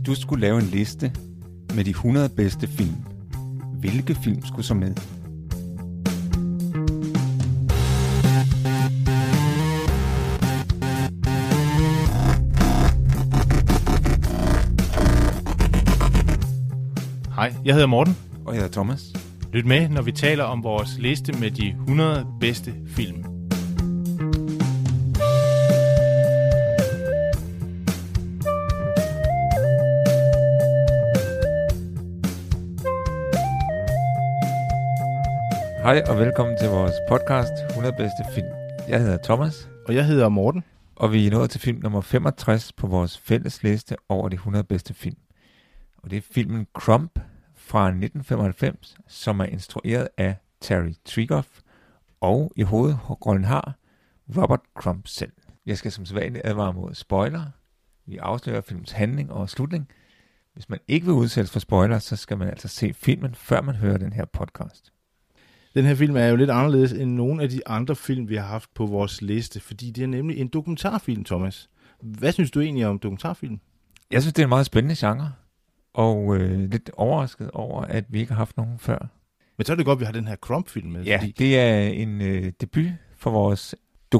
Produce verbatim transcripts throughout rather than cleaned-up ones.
du skulle lave en liste med de hundrede bedste film, hvilke film skulle så med? Hej, jeg hedder Morten. Og jeg hedder Thomas. Lyt med, når vi taler om vores liste med de hundrede bedste film. Hej og velkommen til vores podcast hundrede bedste film. Jeg hedder Thomas. Og jeg hedder Morten. Og vi er nået til film nummer femogtres på vores fælles liste over de hundrede bedste film. Og det er filmen Crump fra nitten femoghalvfems, som er instrueret af Terry Tregoff, og i hovedrollen har Robert Crump selv. Jeg skal som sædvanligt advare mod spoiler. Vi afslører filmens handling og slutning. Hvis man ikke vil udsættes for spoiler, så skal man altså se filmen, før man hører den her podcast. Den her film er jo lidt anderledes end nogle af de andre film, vi har haft på vores liste, fordi det er nemlig en dokumentarfilm, Thomas. Hvad synes du egentlig om dokumentarfilm? Jeg synes, det er en meget spændende genre, og øh, lidt overrasket over, at vi ikke har haft nogen før. Men så er det godt, at vi har den her Crump-film med. Ja, fordi... det er en øh, debut for vores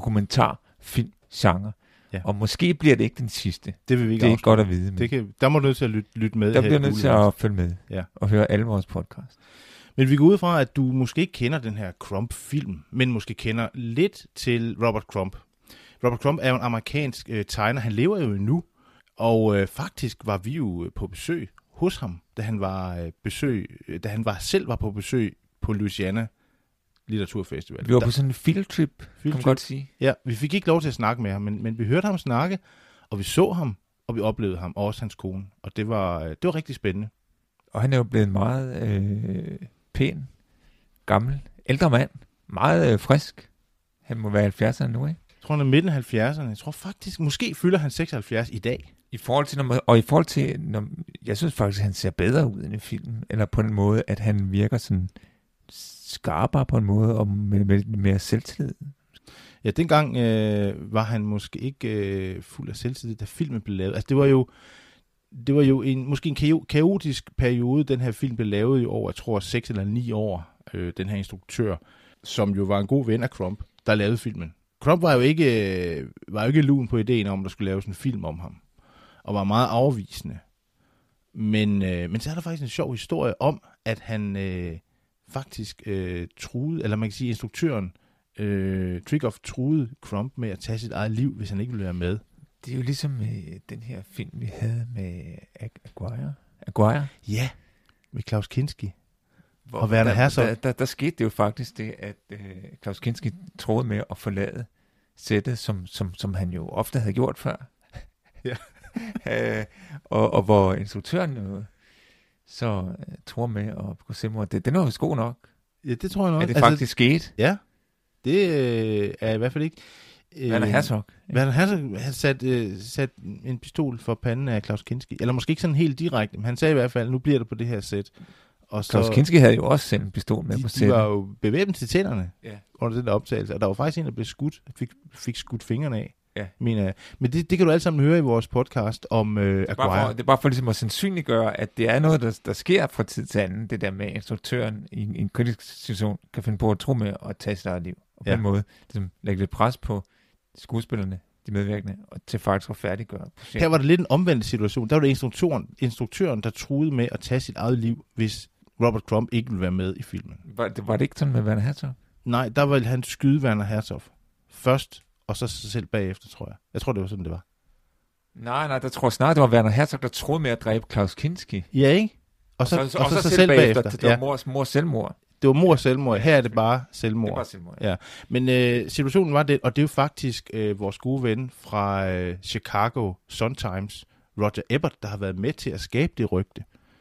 dokumentarfilm-genre. Ja. Og måske bliver det ikke den sidste. Det vil vi ikke Det er afsløre. godt at vide. Det kan, der må du nødt til at lytte, lytte med. Der bliver nødt til at følge med ja. og høre alle vores podcast. Men vi går ud fra, at du måske ikke kender den her Crump-film, men måske kender lidt til Robert Crump. Robert Crump er jo en amerikansk øh, tegner. Han lever jo endnu. Og øh, faktisk var vi jo på besøg hos ham, da han var øh, besøg, da han var selv var på besøg på Louisiana Litteraturfestival. Vi var på sådan en fieldtrip, kan man godt sige. Ja, vi fik ikke lov til at snakke med ham, men, men vi hørte ham snakke, og vi så ham, og vi oplevede ham, og også hans kone. Og det var, det var rigtig spændende. Og han er jo blevet meget øh, pæn, gammel, ældre mand. Meget øh, frisk. Han må være halvfjerdserne nu, ikke? Jeg tror, han er midten af halvfjerdserne. Jeg tror faktisk, måske fylder han seksoghalvfjerds i dag. I forhold til, når man, og i forhold til, når, jeg synes faktisk, at han ser bedre ud end i filmen. Eller på en måde, at han virker sådan skarpere på en måde, og med, med mere selvtillid. Ja, dengang øh, var han måske ikke øh, fuld af selvtillid, da filmen blev lavet. Altså, det var jo, det var jo en, måske en kaotisk periode, den her film blev lavet i over, jeg tror, seks eller ni år. Øh, den her instruktør, som jo var en god ven af Crump, der lavede filmen. Crump var jo ikke, øh, var jo ikke lun på ideen om, at der skulle laves en film om ham. Og var meget afvisende. Men, øh, men så er der faktisk en sjov historie om, at han øh, faktisk øh, truede, eller man kan sige, instruktøren øh, Tregoff truede Crump med at tage sit eget liv, hvis han ikke ville være med. Det er jo ligesom øh, den her film, vi havde med Aguirre. Aguirre? Ja, med Klaus Kinski. Hvor, og Werner Herzog. Der, der, der, der skete det jo faktisk det, at øh, Klaus Kinski troede med at forlade sættet, som, som, som han jo ofte havde gjort før. Ja. øh, og, og hvor instruktøren jo så uh, tror med at gå selvmord. Det, den er jo god nok. Ja, det tror jeg nok. Er det altså, faktisk sket? Ja, det øh, er i hvert fald ikke. Øh, Werner Herzog. Werner Herzog han sat, øh, sat en pistol for panden af Klaus Kinski. Eller måske ikke sådan helt direkte, men han sagde i hvert fald, nu bliver det på det her sæt. Og så, Klaus Kinski havde jo også sendt en pistol med de, på sættet. De var jo bevæbnet til tænderne ja. under den der optagelse. Og der var faktisk en, der blev skudt, fik, fik skudt fingrene af. Ja. Men, men det, det kan du alle sammen høre i vores podcast om øh, det, er for, det er bare for ligesom at sandsynliggøre, at det er noget, der, der sker fra tid til anden. Det der med, at instruktøren i en, i en kritisk situation kan finde på at tro med at tage sit eget liv. Og på ja. den måde ligesom, lægge lidt pres på skuespillerne, de medvirkende, og til faktisk at færdiggøre projektet. Her var det lidt en omvendt situation. Der var det instruktøren, instruktøren, der truede med at tage sit eget liv, hvis Robert Crump ikke ville være med i filmen. Var det, var det ikke sådan med Werner Herzog? Nej, der ville han skyde Werner Herzog først, og så sig selv bagefter, tror jeg. Jeg tror, det var sådan, det var. Nej, nej, der tror jeg snart, det var Werner Herzog, der troede med at dræbe Klaus Kinski. Ja, ikke? Og, og så, så, og så, og så sig selv bagefter. bagefter. Det var mors, mors selvmord. Det var mors selvmord. Her er det bare selvmord. Det er bare selvmord. Ja. Men øh, situationen var det, og det er jo faktisk øh, vores gode ven fra øh, Chicago Sun-Times, Roger Ebert, der har været med til at skabe det rygte.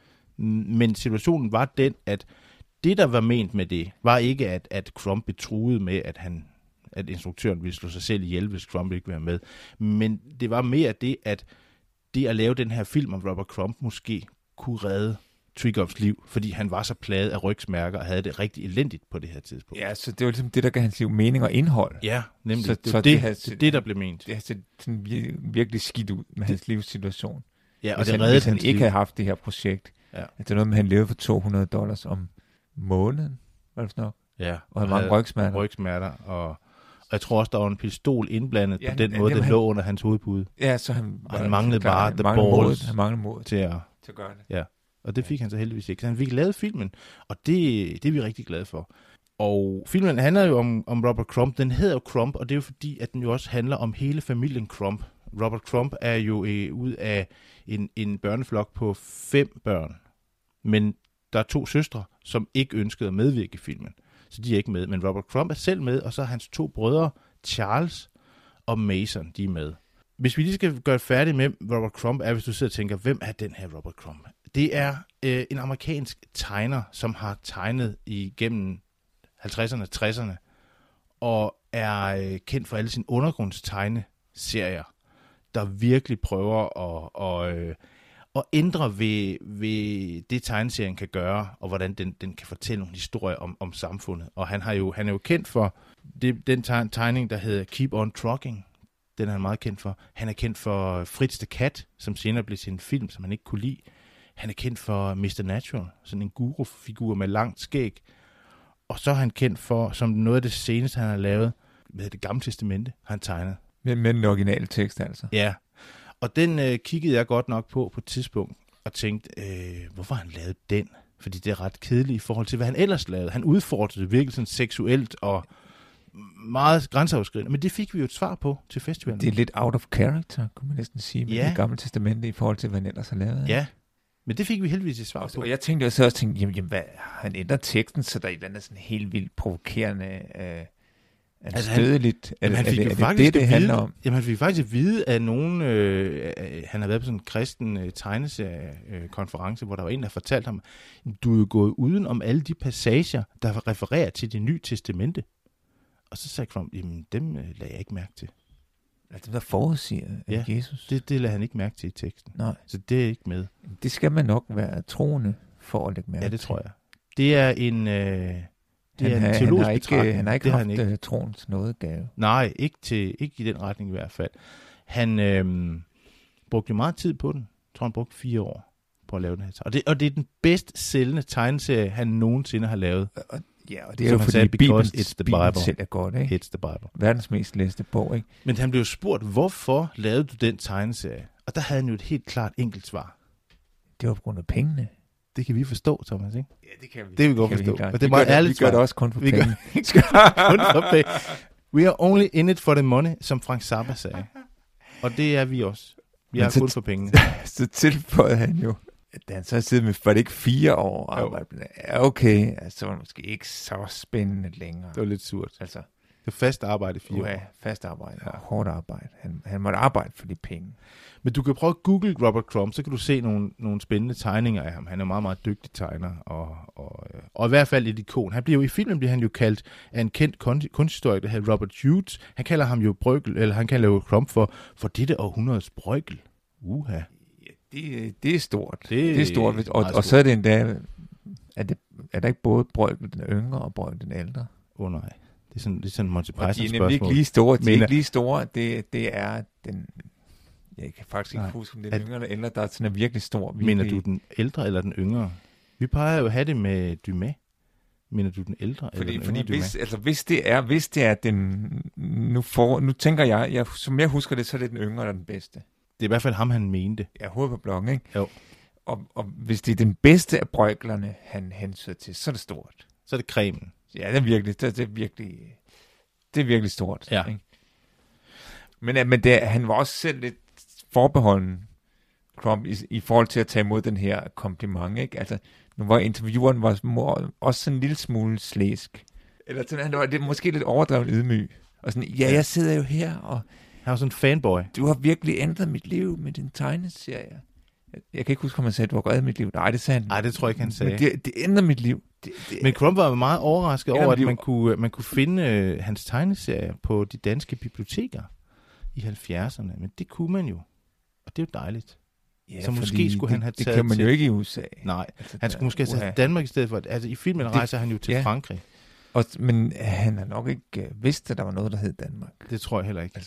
Men situationen var den, at det, der var ment med det, var ikke, at, at Crump betruede med, at han at instruktøren ville slå sig selv ihjel, hvis Crump ikke ville være med. Men det var mere det, at det at lave den her film om Robert Crump måske kunne redde Tregoffs liv, fordi han var så plaget af rygsmærker og havde det rigtig elendigt på det her tidspunkt. Ja, så det var ligesom det, der gav hans liv mening og indhold. Ja, nemlig. Så, det, så det, det, det, havde, det, det, der blev ment. Det har set sådan virkelig skidt ud med det, hans livssituation. Ja, og hvis det han, reddede hvis han hans ikke liv. havde haft det her projekt. Ja. Altså, det er noget med, at han levede for to hundrede dollars om måneden, var det sådan nok? Ja, Og havde mange rygsmerter. rygsmerter, og, og jeg tror også, der var en pistol indblandet Ja, på den ja, måde, den han, lå under hans hovedpude. Ja, så han, Og han manglede klar, bare han the manglede balls mod, han manglede mod til at... til at gøre det. Ja, og det fik han så heldigvis ikke. Så han fik lavet filmen, og det, det er vi rigtig glade for. Og filmen handler jo om, om Robert Crumb. Den hedder jo Crumb, og det er jo fordi, at den jo også handler om hele familien Crumb. Robert Crumb er jo øh, ud af en, en børneflok på fem børn. Men der er to søstre, som ikke ønskede at medvirke i filmen. Så de er ikke med. Men Robert Crumb er selv med, og så er hans to brødre, Charles og Mason, de er med. Hvis vi lige skal gøre færdig med Robert Crumb, er hvis du sidder og tænker, hvem er den her Robert Crumb? Det er øh, en amerikansk tegner, som har tegnet igennem halvtredserne og tresserne, og er øh, kendt for alle sine undergrundstegneserier, der virkelig prøver at, og, øh, at ændre ved, ved det, tegneserien kan gøre, og hvordan den, den kan fortælle nogle historier om, om samfundet. Og han, har jo, han er jo kendt for det, den tegning, der hedder Keep on Trucking. Den er han meget kendt for. Han er kendt for Fritz the Cat, som senere blev til en film, som han ikke kunne lide. Han er kendt for mister Natural, sådan en guru-figur med langt skæg. Og så er han kendt for, som noget af det seneste, han har lavet, med Det Gamle Testamente, har han tegnet. Med, med den originale tekst, altså. Ja, og den øh, kiggede jeg godt nok på på et tidspunkt, og tænkte, øh, hvorfor han lavede den? Fordi det er ret kedeligt i forhold til, hvad han ellers lavede. Han udfordrede det virkelig sådan seksuelt og meget grænseoverskridende, men det fik vi jo et svar på til festivalen. Det er lidt out of character, kunne man næsten sige, med ja. Det Gamle Testamente i forhold til, hvad han ellers har lavet. Ja, men det fik vi heldigvis et svar og, på. Og jeg tænkte jo så også, tænkte, jamen, jamen hvad, han ændrer teksten, så der er et eller andet sådan helt vildt provokerende, øh, altså stødeligt. Han, er, han fik er, jo er faktisk det, det, det handler om? Jamen, han fik faktisk at vide, at nogen, øh, han har været på sådan en kristen øh, tegneserie-konference, hvor der var en, der fortalte ham, du er jo gået uden om alle de passager, der refererer til Det Nye Testamente. Og så sagde Crumb, jamen dem øh, lagde jeg ikke mærke til. Altså, der forudsiger ja, Jesus? Det, det lagde han ikke mærke til i teksten. Nej. Så det er ikke med. Det skal man nok være troende for at lægge mærke til. Ja, det tror jeg. Det er en, øh, det han, er en teologisk han har ikke, betragtning. Han har ikke det haft han ikke. troens nådegave. Nej, ikke, til, ikke i den retning i hvert fald. Han øh, brugte meget tid på den. Jeg tror, han brugte fire år på at lave den her. Og det, og det er den bedst sælgende tegneserie, han nogensinde har lavet. Og, ja, og det er som jo fordi, sagde, Bibelen, it's the Bibelen Bible. selv er godt, ikke? It's the Bible. Verdens mest læste bog, ikke? Men han blev spurgt, hvorfor lavede du den tegneserie? Og der havde han jo et helt klart enkelt svar. Det var på grund af pengene. Det kan vi forstå, Thomas, ikke? Ja, det kan vi. Det kan vi godt kan forstå. Vi og det er meget ærligt. Vi gør det også kun for vi penge. Gør, kun for penge. We are only in it for the money, som Frank Zappa sagde. Og det er vi også. Vi er kun for pengene. Så tilføjede han jo, da han så sidder med, for det ikke fire år arbejde. Ja, okay, altså, så var det måske ikke så spændende længere. Det var lidt surt. Altså, det var fast arbejde i fire år. Ja, fast arbejde og hårdt arbejde. Han, han måtte arbejde for de penge. Men du kan prøve at google Robert Crumb, så kan du se nogle, nogle spændende tegninger af ham. Han er meget, meget dygtig tegner, og, og, og i hvert fald et ikon. Han bliver jo, i filmen bliver han jo kaldt af en kendt kunsthistoriker, der hedder Robert Hughes. Han kalder ham jo Brøgel, eller han kalder jo Crumb for, for dette århundredes Brøgel. Uha. Ja, det, det er stort. Det, det er stort. Og, stort. og så er det endda, er, det, er der ikke både Brøgel den yngre og Brøgel den ældre? Åh oh, nej. Det er sådan, det er sådan Monty Python spørgsmål. De er nemlig ikke lige store. De er ikke lige store. Det, det er den... Jeg kan faktisk ikke Nej. huske, om det er den yngre eller ældre, der er sådan er virkelig stor. Virkelig... Mener du den ældre eller den yngre? Vi plejer jo at have det med Dumas. Mener du den ældre fordi, eller den fordi yngre hvis, Dumas? altså, hvis det er, hvis det er den... Nu, for, nu tænker jeg, jeg, som jeg husker det, så er det den yngre, der er den bedste. Det er i hvert fald ham, han mente. Ja, hovedet på blokken, ikke? Jo. Og, og hvis det er den bedste af brøglerne, han hensyder til, så er det stort. Så er det cremen. Ja, det er virkelig, det, det er virkelig, det er virkelig stort. Ja. Ikke? Men, men det, han var også selv lidt forbeholden, Crumb, i, i forhold til at tage imod den her kompliment, ikke? Altså, nu var intervieweren var mor, også sådan en lille smule slæsk. Eller sådan, han var det, måske lidt overdrevet ydmyg. Og sådan, ja, jeg sidder jo her, og... Han var sådan en fanboy. Du har virkelig ændret mit liv med din tegneserie. Jeg, jeg kan ikke huske, om han sagde, at du har reddet mit liv. Nej, det sagde han. Nej, det tror jeg ikke, han sagde. Men det, det ændrer mit liv. Det, det, Men Crumb var meget overrasket over, at man kunne, man kunne finde øh, hans tegneserier på de danske biblioteker i halvfjerdserne. Men det kunne man jo. Og det er jo dejligt. Ja, så måske skulle det, han have taget det kan man til... jo ikke i U S A. Nej, altså, han skulle måske have taget Danmark i stedet for. Altså i filmen det, rejser han jo til ja. Frankrig. Og, men han har nok ikke uh, vidst, at der var noget, der hed Danmark. Det tror jeg heller ikke. Altså.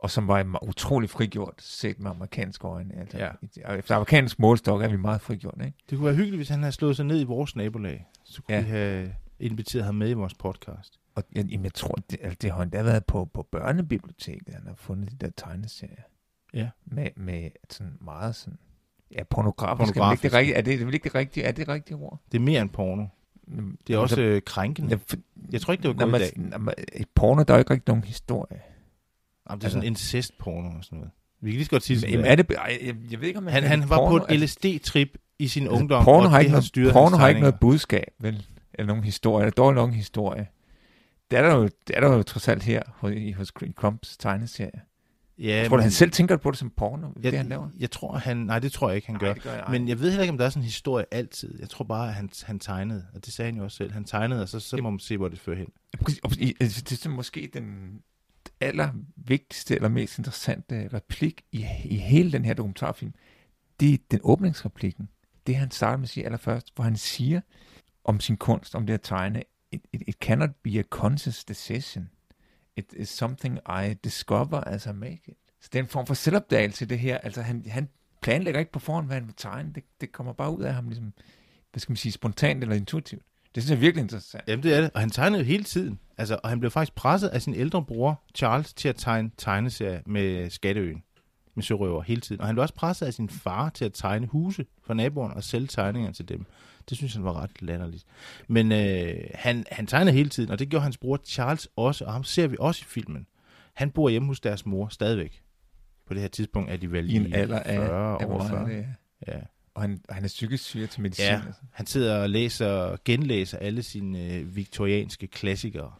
og som var utrolig frigjort, set med amerikanske øjne. Altså, ja. Efter amerikansk målstok er vi meget frigjort, ikke? Det kunne være hyggeligt, hvis han havde slået sig ned i vores nabolag. Så kunne ja. vi have inviteret ham med i vores podcast. Og jamen, jeg tror, det, altså, det har endda været på, på børnebiblioteket, han har fundet de der tegneserier. Ja. Med, med sådan meget sådan, ja, pornografisk. pornografisk. Er det, rigtige, er, det, er det ikke det rigtige, er det rigtige ord? Det er mere end porno. Det er også altså, øh, krænkende. Ja, for, jeg tror ikke, det var godt i dag. I porno, der er jo ikke rigtig nogen historie. Jamen, det er altså, sådan incest-porno og sådan noget. Vi kan lige så godt sige sådan er det. Jeg, jeg ved ikke, om han, han var porno, på et L S D-trip i sin altså, ungdom, porno og har det ikke har styret Porno har ikke noget budskab, vel? Eller nogen historie. Eller dårlig nogen historie. Det er der jo, det er der jo trods alt her hos, hos Crumps tegneserie. Ja, jeg tror, men, han selv tænker på det som porno, jeg, det han laver? Jeg tror, han... Nej, det tror jeg ikke, han nej, gør. gør jeg, men jeg ved heller ikke, om der er sådan en historie altid. Jeg tror bare, at han, han tegnede, og det sagde han jo også selv. Han tegnede, og så, så må man se, hvor det fører hen. Det er måske den allervigtigste eller mest interessante replik i, i hele den her dokumentarfilm. Det er den åbningsreplikken. Det han starter med at sige allerførst, hvor han siger om sin kunst, om det at tegne, it, it, it cannot be a conscious decision. It is something I discover as I make it. Så det er en form for selvopdagelse, det her. Altså, han, han planlægger ikke på forhånd, hvad han vil tegne. Det, det kommer bare ud af ham, ligesom, hvad skal man sige, spontant eller intuitivt. Det synes jeg er virkelig interessant. Jamen, det er det. Og han tegnede jo hele tiden. Altså, og han blev faktisk presset af sin ældre bror, Charles, til at tegne tegneserier med Skatteøen, med sørøver hele tiden. Og han blev også presset af sin far til at tegne huse for naboerne og sælge tegninger til dem. Det synes han var ret latterligt. Men øh, han, han tegnede hele tiden, og det gjorde hans bror Charles også, og ham ser vi også i filmen. Han bor hjemme hos deres mor stadigvæk. På det her tidspunkt er de vel i en alder af fyrre, over fyrre. Det, ja. Og han, han er psykisk syg til medicin. Ja, altså. Han sidder og læser, genlæser alle sine øh, viktorianske klassikere,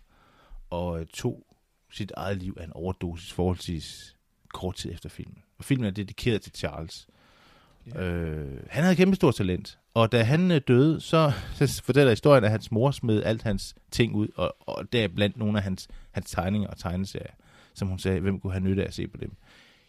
og øh, tog sit eget liv af en overdosis forholdsvis kort tid efter filmen. Og filmen er dedikeret til Charles. Ja. Øh, han havde kæmpe stort talent, og da han øh, døde, så, så fortæller historien, at hans mor smed alt hans ting ud, og, og der blandt nogle af hans, hans tegninger og tegneserier, som hun sagde, hvem kunne have nytte af at se på dem.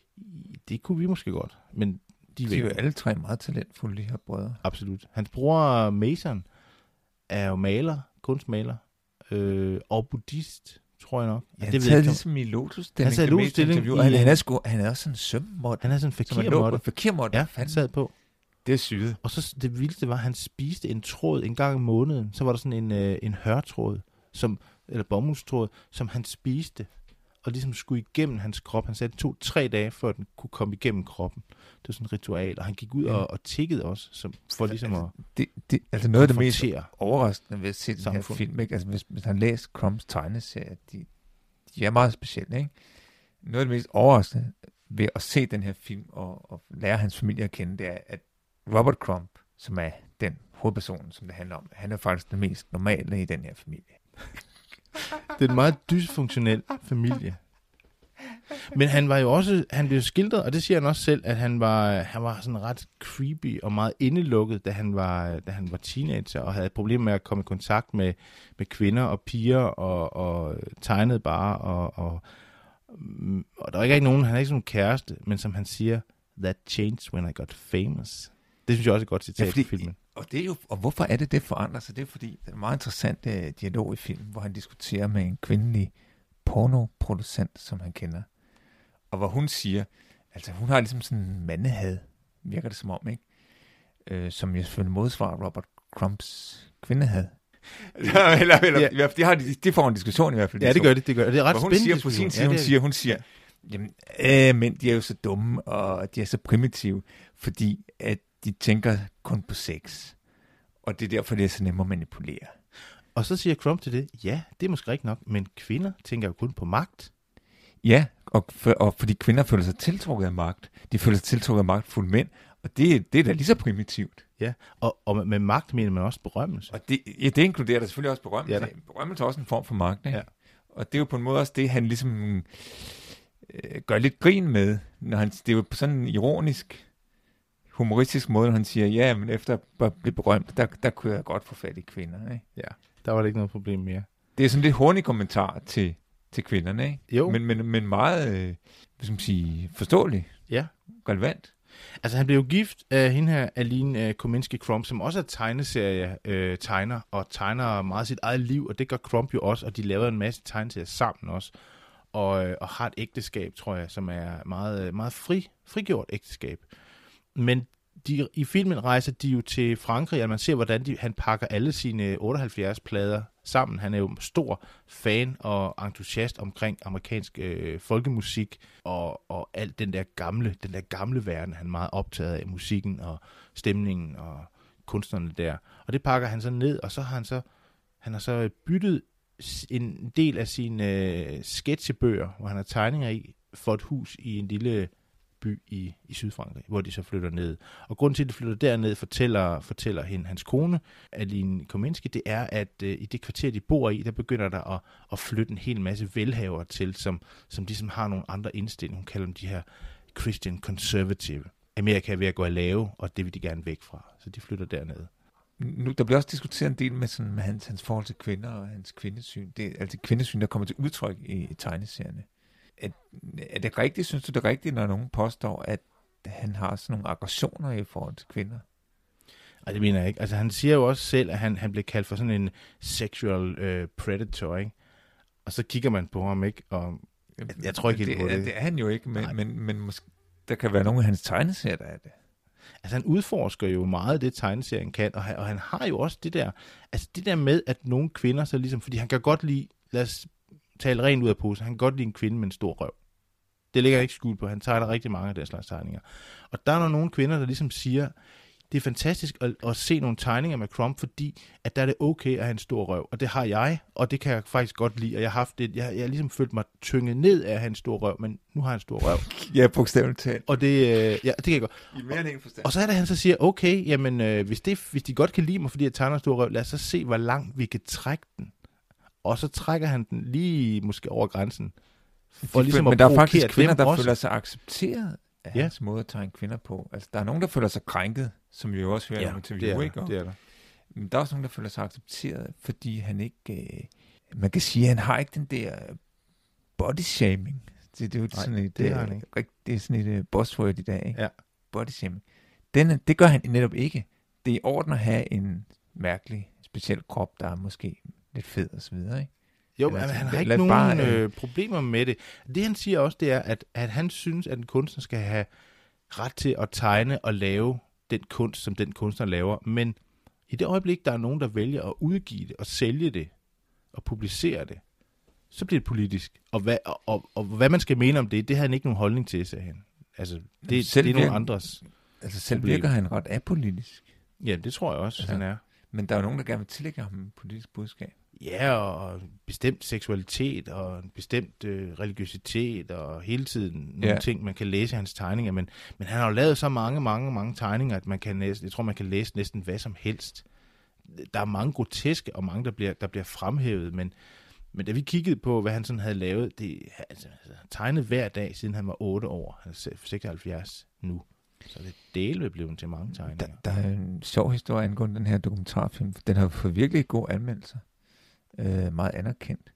Det kunne vi måske godt, men de, de er jo alle tre meget talentfulde, de her brødre. Absolut. Hans bror Mason er jo maler, kunstmaler, øh, og buddhist, tror jeg nok. Ja, han tager ligesom i Lotus. Den han sad i Lotus-stilling. Og han, han, er sgu, han er også sådan en sømmåt. Han er sådan en fakirmåt. Fakirmåt. Ja, han sad på. Det er sygt. Og så det vildeste var, at han spiste en tråd en gang om måneden. Så var der sådan en, øh, en hørtråd, som, eller bomuldstråd, som han spiste. Og ligesom skulle igennem hans krop. Han sagde, det tog tre dage, før den kunne komme igennem kroppen. Det var sådan et ritual. Og han gik ud ja. og, og tikkede også, som, for ligesom altså, at det, det, altså noget af det mest overraskende ved at se den her film, ikke? Altså hvis, hvis han læser Crumps tegneserier, de, de er meget specielle, ikke? Noget af det mest overraskende ved at se den her film og, og lære hans familie at kende, det er, at Robert Crump, som er den hovedperson, som det handler om, han er faktisk den mest normale i den her familie. Det er en meget dysfunktionel familie. Men han var jo også, han blev skildret, og det siger han også selv, at han var, han var sådan ret creepy og meget indelukket, da han var, da han var teenager, og havde problemer med at komme i kontakt med, med kvinder og piger, og, og tegnede bare, og, og, og der var ikke nogen, han havde ikke sådan en kæreste, men som han siger, that changed when I got famous. Det synes jeg også er et godt citat ja, i filmen. Og, det er jo, og hvorfor er det, det forandrer sig? Det er fordi, det er en meget interessant uh, dialog i filmen, hvor han diskuterer med en kvindelig pornoproducent, som han kender. Og hvor hun siger, altså hun har ligesom sådan en mandehad, virker det som om, ikke? Øh, som jo selvfølgelig modsvarer Robert Crumps kvindehad. eller, eller, ja. eller, de, har, de, de får en diskussion i hvert fald. Ja, det gør det, det gør det. Det er ret hvor spændende. Hun siger på sin side, ja, hun siger, hun siger, jamen, øh, men de er jo så dumme, og de er så primitive, fordi at de tænker kun på sex. Og det er derfor, det er så nemt at manipulere. Og så siger Crump til det, ja, det er måske rigtigt nok, men kvinder tænker jo kun på magt. Ja, og, for, og fordi kvinder føler sig tiltrukket af magt. De føler sig tiltrukket af magtfulde mænd, og det, det er da lige så primitivt. Ja, og, og med magt mener man også berømmelse. Og det, ja, det inkluderer der selvfølgelig også berømmelse. Ja, berømmelse er også en form for magt, ikke? Ja. Og det er jo på en måde også det, han ligesom øh, gør lidt grin med. Når han, det er jo på sådan en ironisk, humoristisk måde, når han siger, ja, men efter at blive berømt, der, der kunne jeg godt få fat i kvinder, ikke? Ja, der var det ikke noget problem mere. Det er sådan lidt hornig kommentar til, til kvinderne, ikke? Jo. Men, men, men meget, øh, hvad skal man sige, forståelig. Ja. Relevant. Altså, han blev jo gift af hende her, Aline uh, Kominsky Crump, som også er tegneserie øh, tegner, og tegner meget sit eget liv, og det gør Crump jo også, og de lavede en masse tegneserier sammen også. og, og har et ægteskab, tror jeg, som er meget, meget fri, frigjort ægteskab. Men de, i filmen rejser de jo til Frankrig, og man ser, hvordan de, han pakker alle sine otteoghalvfjerds plader sammen. Han er jo stor fan og entusiast omkring amerikansk øh, folkemusik, og, og alt den der gamle, den der gamle verden. Han er meget optaget af musikken og stemningen og kunstnerne der. Og det pakker han så ned, og så har han så, han har så byttet en del af sine øh, sketchebøger, hvor han har tegninger i, for et hus i en lille by i, i Sydfrankrig, hvor de så flytter ned. Og grunden til, at de flytter derned, fortæller, fortæller hende, hans kone, Aline Kominski, det er, at øh, i det kvarter, de bor i, der begynder der at, at flytte en hel masse velhavere til, som, som ligesom har nogle andre indstillinger. Hun kalder dem de her Christian Conservative. Amerika er ved at gå at lave, og det vil de gerne væk fra. Så de flytter derned. Nu, der bliver også diskuteret en del med, sådan, med hans, hans forhold til kvinder og hans kvindesyn. Det er altså kvindesyn, der kommer til udtryk i, i tegneserierne. Er, er det rigtigt, synes du det er rigtigt, når nogen påstår, at han har sådan nogle aggressioner i forhold til kvinder? Nej, det mener jeg ikke. Altså, han siger jo også selv, at han, han blev kaldt for sådan en sexual uh, predator, ikke? Og så kigger man på ham, ikke? Og jeg, jeg tror ikke helt på det. Det, det er han jo ikke, men, men, men måske, der kan være nogle af hans tegneserier, der er det. Altså, han udforsker jo meget det, tegneserien kan, og han, og han har jo også det der, altså det der med, at nogle kvinder så ligesom, fordi han kan godt lide, lad os tale rent ud af posen, han kan godt lide en kvinde med en stor røv. Det ligger ikke skjult på, han tegner rigtig mange af den slags tegninger. Og der er der nogle kvinder, der ligesom siger, det er fantastisk at, at se nogle tegninger med Crumb, fordi at der er det okay at have en stor røv, og det har jeg, og det kan jeg faktisk godt lide, og jeg har haft det, jeg, jeg har ligesom følt mig tynget ned af at have en stor røv, men nu har jeg en stor røv. Ja, bogstaveligt talt. Og det, øh, ja, det kan jeg godt. I mere end en forstand. Og så er det, han så siger, okay, jamen, øh, hvis, det, hvis de godt kan lide mig, fordi jeg tegner en stor røv, lad os så se, hvor langt vi kan trække den. Og så trækker han den lige måske over grænsen. For de ligesom men at der er faktisk kvinder, der også. føler sig accepteret af ja. hans måde at tegne kvinder på. Altså, der er nogen, der føler sig krænket, som vi jo også hører ja, om interview, det er, ikke? Og, det er der. Men der er også nogen, der føler sig accepteret, fordi han ikke... Øh, man kan sige, at han har ikke den der body shaming. Det, det er jo Nej, sådan et, det, øh, rigt, det er sådan et uh, buzzword i dag, ikke? Ja. Body shaming. Den, det gør han netop ikke. Det er i orden at have en mærkelig, speciel krop, der er måske lidt fed og så videre, ikke? Jo, men altså, han har lad, ikke lad nogen bare, øh, problemer med det. Det han siger også, det er, at, at han synes, at en kunstner skal have ret til at tegne og lave den kunst, som den kunstner laver. Men i det øjeblik, der er nogen, der vælger at udgive det og sælge det og publicere det, så bliver det politisk. Og hvad, og, og, og hvad man skal mene om det, det har han ikke nogen holdning til, sagde han. Altså, det, det er nogle andres Altså selv virker han ret apolitisk. Ja, det tror jeg også, altså, han er. Men der er jo nogen, der gerne vil tillægge ham en politisk budskab. Ja, og bestemt seksualitet, og en bestemt øh, religiøsitet, og hele tiden nogle ja. ting, man kan læse i hans tegninger. Men, men han har jo lavet så mange, mange, mange tegninger, at man kan næsten, jeg tror, man kan læse næsten hvad som helst. Der er mange groteske, og mange, der bliver, der bliver fremhævet, men, men da vi kiggede på, hvad han sådan havde lavet, det altså, tegnet hver dag, siden han var otte år. Han er seksoghalvfjerds nu. Så det er dele blevet til mange tegninger. Der, der er en sjov historie angående den her dokumentarfilm. Den har fået virkelig gode anmeldelser. Øh, meget anerkendt.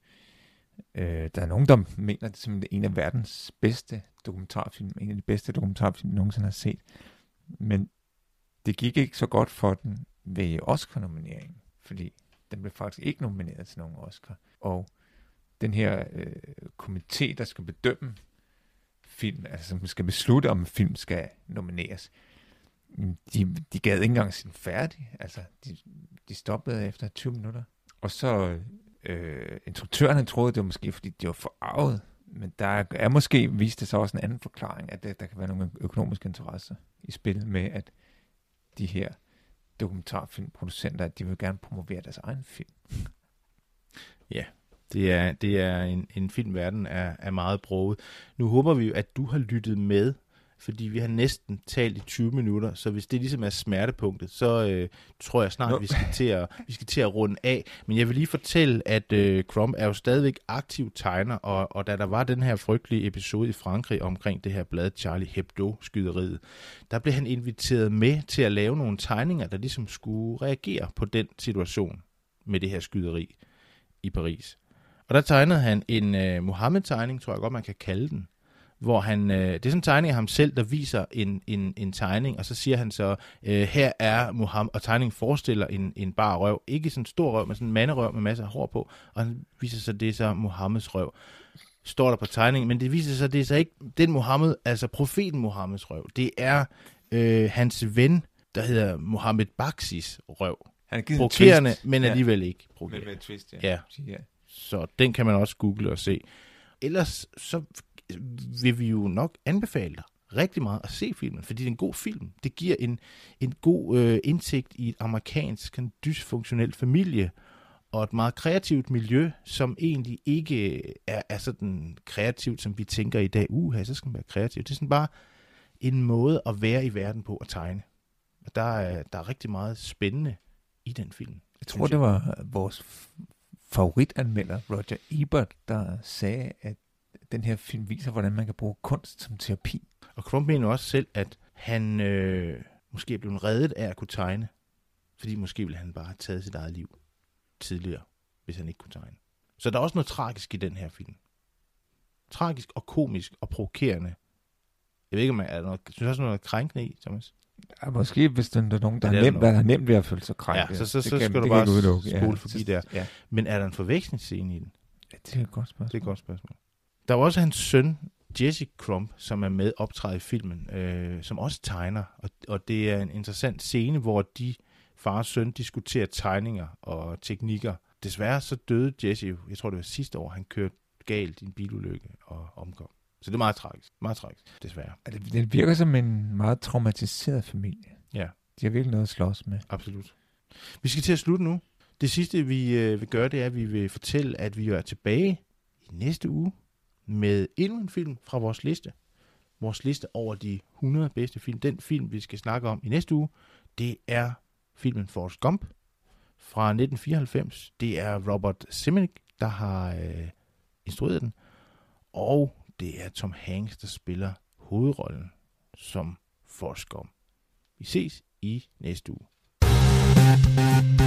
Øh, der er nogen, der mener, det er en af verdens bedste dokumentarfilm. En af de bedste dokumentarfilm, jeg nogensinde har set. Men det gik ikke så godt for den ved Oscar-nomineringen. Fordi den blev faktisk ikke nomineret til nogen Oscar. Og den her øh, komité, der skal bedømme film, altså som skal beslutte, om en film skal nomineres, de, de gad ikke engang sin færdig. Altså, de, de stoppede efter tyve minutter. Og så øh, instruktørerne troede, det var måske, fordi de var forarvet. Men der er måske, viste sig også en anden forklaring, at der, der kan være nogle økonomiske interesser i spil med, at de her dokumentarfilmproducenter, at de vil gerne promovere deres egen film. Ja, det er, det er en, en filmverden er, er meget broget. Nu håber vi jo, at du har lyttet med, fordi vi har næsten talt i tyve minutter, så hvis det ligesom er smertepunktet, så øh, tror jeg snart, no. vi, skal til at, vi skal til at runde af. Men jeg vil lige fortælle, at øh, Crumb er jo stadigvæk aktiv tegner, og, og da der var den her frygtelige episode i Frankrig omkring det her blad Charlie Hebdo-skyderiet, der blev han inviteret med til at lave nogle tegninger, der ligesom skulle reagere på den situation med det her skyderi i Paris. Og der tegnede han en øh, Mohammed-tegning, tror jeg godt, man kan kalde den, hvor han, øh, det er sådan en tegning af ham selv, der viser en, en, en tegning, og så siger han så, øh, her er Mohammed, og tegningen forestiller en, en bar røv, ikke sådan en stor røv, men sådan en manderøv med masser af hår på, og han viser så, det er så Mohammeds røv. står der på tegningen, men det viser sig, at det er så ikke den Mohammed, altså profeten Mohammeds røv. Det er øh, hans ven, der hedder Mohammed Baksis røv. Han er givet provokerende, twist. men alligevel ja. ikke provokerende. Med, med twist, ja. ja. ja. Så den kan man også google og se. Ellers så vil vi jo nok anbefale dig rigtig meget at se filmen, fordi det er en god film. Det giver en, en god øh, indsigt i et amerikansk dysfunktionelt familie, og et meget kreativt miljø, som egentlig ikke er, er sådan kreativt, som vi tænker i dag. Uha, så skal man være kreativ. Det er sådan bare en måde at være i verden på at tegne. Og der er, der er rigtig meget spændende i den film. Jeg tror, det var vores favoritanmelder, Roger Ebert, der sagde, at den her film viser, hvordan man kan bruge kunst som terapi. Og Crump mener også selv, at han øh, måske er blevet reddet af at kunne tegne, fordi måske ville han bare have taget sit eget liv tidligere, hvis han ikke kunne tegne. Så der er også noget tragisk i den her film. Tragisk og komisk og provokerende. Jeg ved ikke, om er der noget, synes du også noget krænkende i, Thomas? Ja, måske, hvis der er nogen, der har nemt, har nemt ved at føle sig krænket. Ja, så, så, så kan, skal du bare udelukke. spole ja, forbi så, der. Ja. Men er der en forvekslingsscene i den? Ja, det er et godt spørgsmål. Det er et godt spørgsmål. Der er også hans søn, Jesse Crump, som er med optræde i filmen, øh, som også tegner. Og, og det er en interessant scene, hvor de far og søn diskuterer tegninger og teknikker. Desværre så døde Jesse jo, jeg tror det var sidste år, han kørte galt i en bilulykke og omkom. Så det er meget tragisk. Meget tragisk, desværre. Det, det virker som en meget traumatiseret familie. Ja. De har virkelig noget at slås med. Absolut. Vi skal til at slutte nu. Det sidste, vi øh, vil gøre, det er, at vi vil fortælle, at vi er tilbage i næste uge med endnu en film fra vores liste. Vores liste over de hundrede bedste film. Den film, vi skal snakke om i næste uge, det er filmen Forrest Gump fra nitten fireoghalvfems. Det er Robert Zemeckis, der har øh, instrueret den. Og det er Tom Hanks, der spiller hovedrollen som Forrest Gump. Vi ses i næste uge.